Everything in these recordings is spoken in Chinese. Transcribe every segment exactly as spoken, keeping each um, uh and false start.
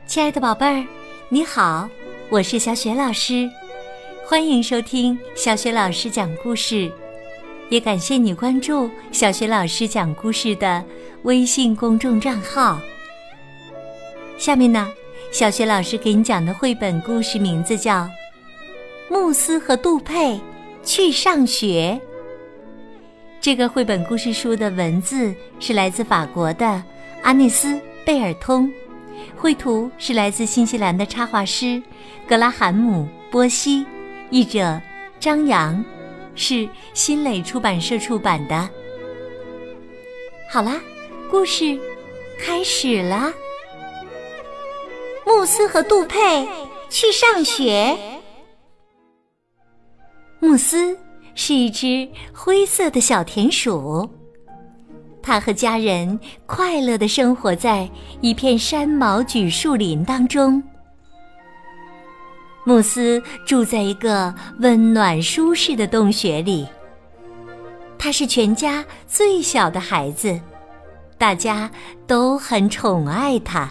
亲爱的宝贝儿，你好，我是小雪老师，欢迎收听小雪老师讲故事，也感谢你关注小雪老师讲故事的微信公众账号。下面呢，小雪老师给你讲的绘本故事名字叫《慕斯和杜佩去上学》。这个绘本故事书的文字是来自法国的阿内斯·贝尔通，绘图是来自新西兰的插画师格拉罕姆·波西，译者张扬，是新蕾出版社出版的。好啦，故事开始啦。慕斯和杜佩去上学。慕斯是一只灰色的小田鼠，他和家人快乐地生活在一片山毛榉树林当中。慕斯住在一个温暖舒适的洞穴里，他是全家最小的孩子，大家都很宠爱他。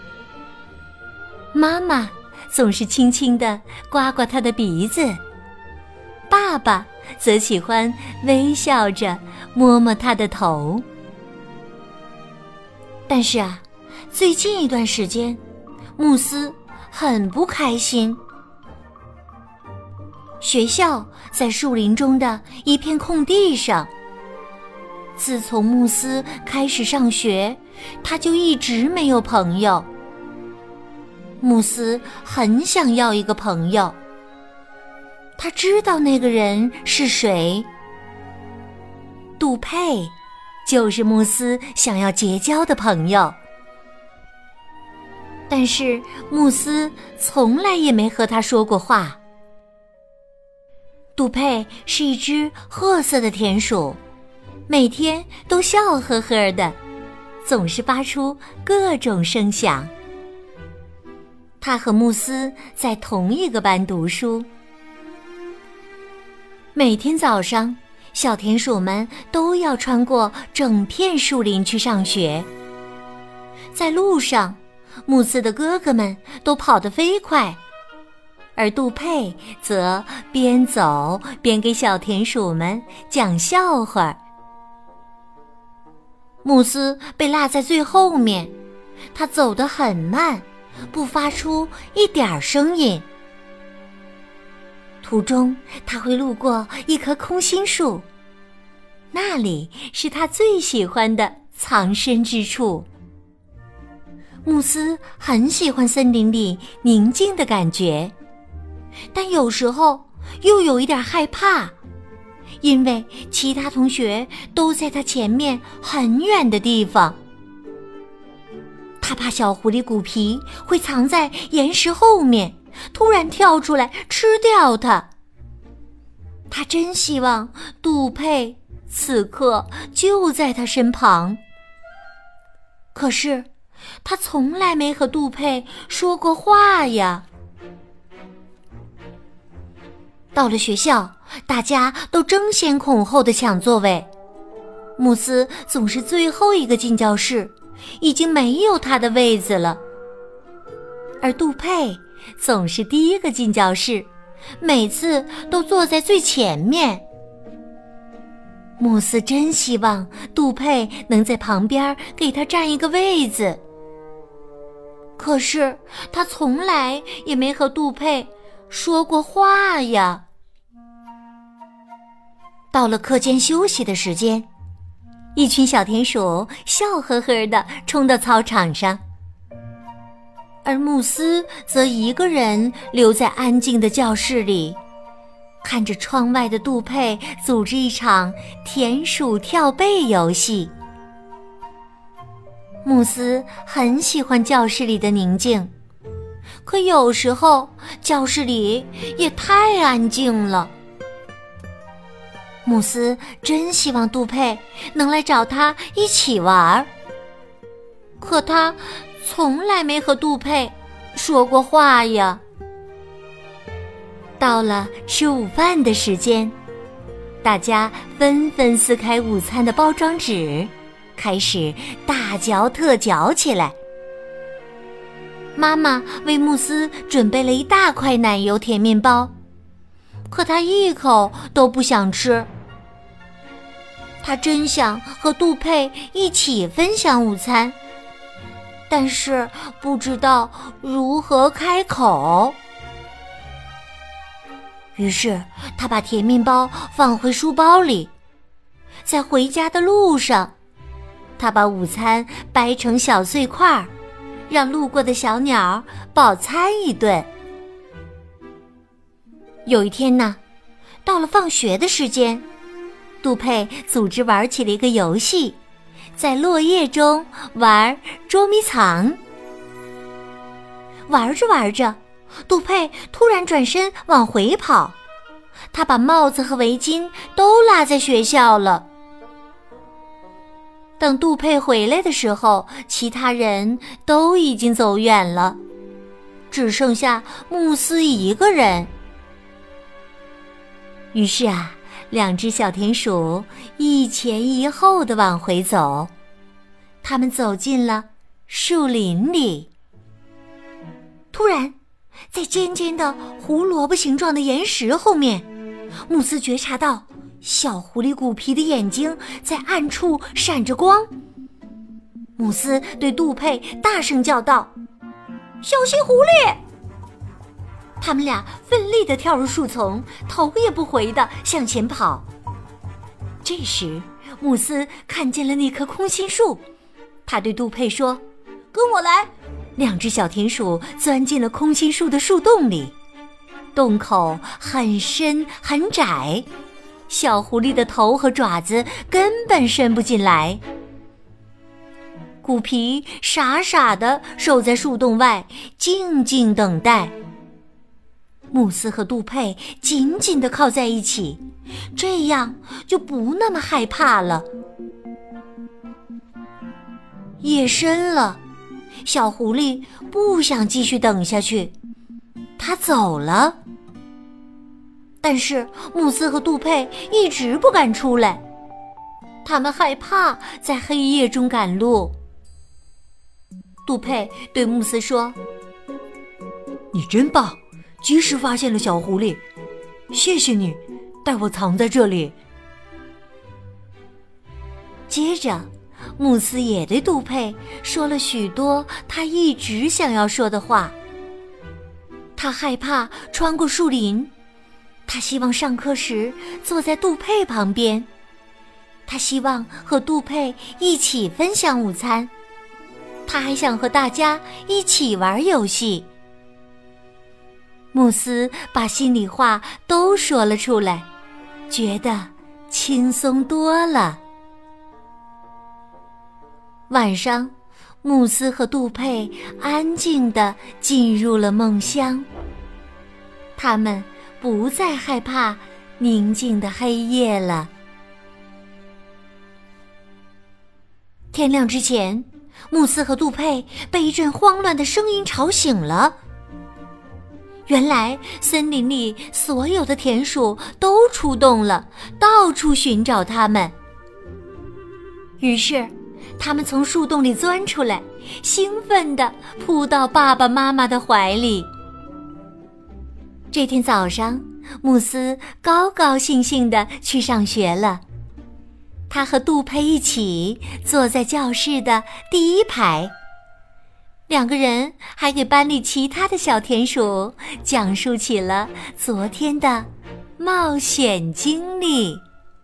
妈妈总是轻轻地刮刮他的鼻子，爸爸则喜欢微笑着摸摸他的头。但是啊，最近一段时间，慕斯很不开心。学校在树林中的一片空地上。自从慕斯开始上学，他就一直没有朋友。慕斯很想要一个朋友，他知道那个人是谁。杜佩就是慕斯想要结交的朋友，但是慕斯从来也没和他说过话。杜佩是一只褐色的田鼠，每天都笑呵呵的，总是发出各种声响。他和慕斯在同一个班读书。每天早上，小田鼠们都要穿过整片树林去上学。在路上，慕斯的哥哥们都跑得飞快，而杜佩则边走边给小田鼠们讲笑话。慕斯被落在最后面，他走得很慢，不发出一点声音。途中他会路过一棵空心树，那里是他最喜欢的藏身之处。慕斯很喜欢森林里宁静的感觉，但有时候又有一点害怕，因为其他同学都在他前面很远的地方。他怕小狐狸古皮会藏在岩石后面，突然跳出来吃掉它。他真希望杜佩此刻就在他身旁，可是他从来没和杜佩说过话呀。到了学校，大家都争先恐后地抢座位，慕斯总是最后一个进教室，已经没有他的位子了。而杜佩总是第一个进教室，每次都坐在最前面。慕斯真希望杜佩能在旁边给他占一个位子，可是他从来也没和杜佩说过话呀。到了课间休息的时间，一群小田鼠笑呵呵地冲到操场上，而慕斯则一个人留在安静的教室里，看着窗外的杜佩组织一场田鼠跳背游戏。慕斯很喜欢教室里的宁静，可有时候教室里也太安静了。慕斯真希望杜佩能来找他一起玩，可他从来没和杜佩说过话呀。到了吃午饭的时间，大家纷纷撕开午餐的包装纸，开始大嚼特嚼起来。 妈妈为慕斯准备了一大块奶油甜面包，可他一口都不想吃。他真想和杜佩一起分享午餐，但是不知道如何开口。于是他把甜面包放回书包里，在回家的路上，他把午餐掰成小碎块，让路过的小鸟饱餐一顿。有一天呢，到了放学的时间，杜佩组织玩起了一个游戏，在落叶中玩捉迷藏。玩着玩着，杜佩突然转身往回跑，他把帽子和围巾都落在学校了。等杜佩回来的时候，其他人都已经走远了，只剩下慕斯一个人。于是啊，两只小田鼠一前一后地往回走，他们走进了树林里。突然，在尖尖的胡萝卜形状的岩石后面，慕斯觉察到小狐狸鼓皮的眼睛在暗处闪着光。慕斯对杜佩大声叫道：“小心狐狸！”他们俩奋力地跳入树丛，头也不回地向前跑。这时，慕斯看见了那棵空心树，他对杜佩说：“跟我来！”两只小田鼠钻进了空心树的树洞里，洞口很深很窄，小狐狸的头和爪子根本伸不进来。鼓皮傻傻地守在树洞外，静静等待。慕斯和杜佩紧紧地靠在一起，这样就不那么害怕了。夜深了，小狐狸不想继续等下去，它走了。但是慕斯和杜佩一直不敢出来，他们害怕在黑夜中赶路。杜佩对慕斯说：“你真棒，及时发现了小狐狸，谢谢你带我藏在这里。”接着，慕斯也对杜佩说了许多他一直想要说的话。他害怕穿过树林，他希望上课时坐在杜佩旁边，他希望和杜佩一起分享午餐，他还想和大家一起玩游戏。慕斯把心里话都说了出来，觉得轻松多了。晚上，慕斯和杜佩安静地进入了梦乡，他们不再害怕宁静的黑夜了。天亮之前，慕斯和杜佩被一阵慌乱的声音吵醒了。原来森林里所有的田鼠都出动了，到处寻找它们。于是他们从树洞里钻出来，兴奋地扑到爸爸妈妈的怀里。这天早上，慕斯高高兴兴地去上学了。他和杜佩一起坐在教室的第一排，两个人还给班里其他的小田鼠讲述起了昨天的冒险经历。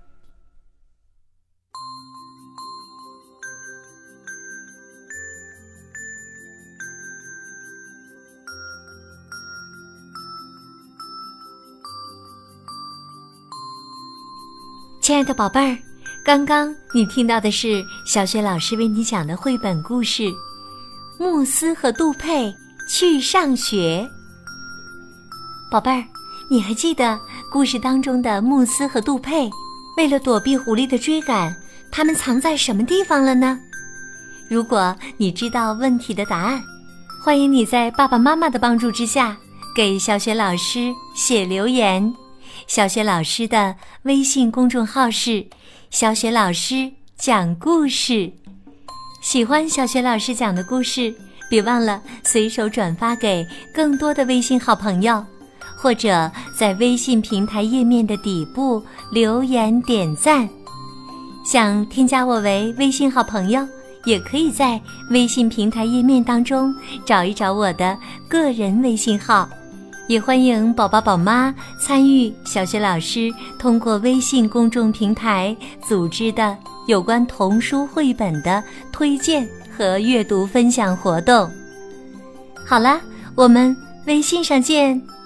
亲爱的宝贝儿，刚刚你听到的是小雪老师为你讲的绘本故事《慕斯和杜佩去上学》。宝贝儿，你还记得故事当中的慕斯和杜佩为了躲避狐狸的追赶，他们藏在什么地方了呢？如果你知道问题的答案，欢迎你在爸爸妈妈的帮助之下给小雪老师写留言。小雪老师的微信公众号是小雪老师讲故事。喜欢小雪老师讲的故事， 别忘了随手转发给更多的微信好朋友，或者在微信平台页面的底部留言点赞。想添加我为微信好朋友，也可以在微信平台页面当中找一找我的个人微信号。也欢迎宝宝宝妈参与小雪老师通过微信公众平台组织的有关童书绘本的推荐和阅读分享活动。好了，我们微信上见。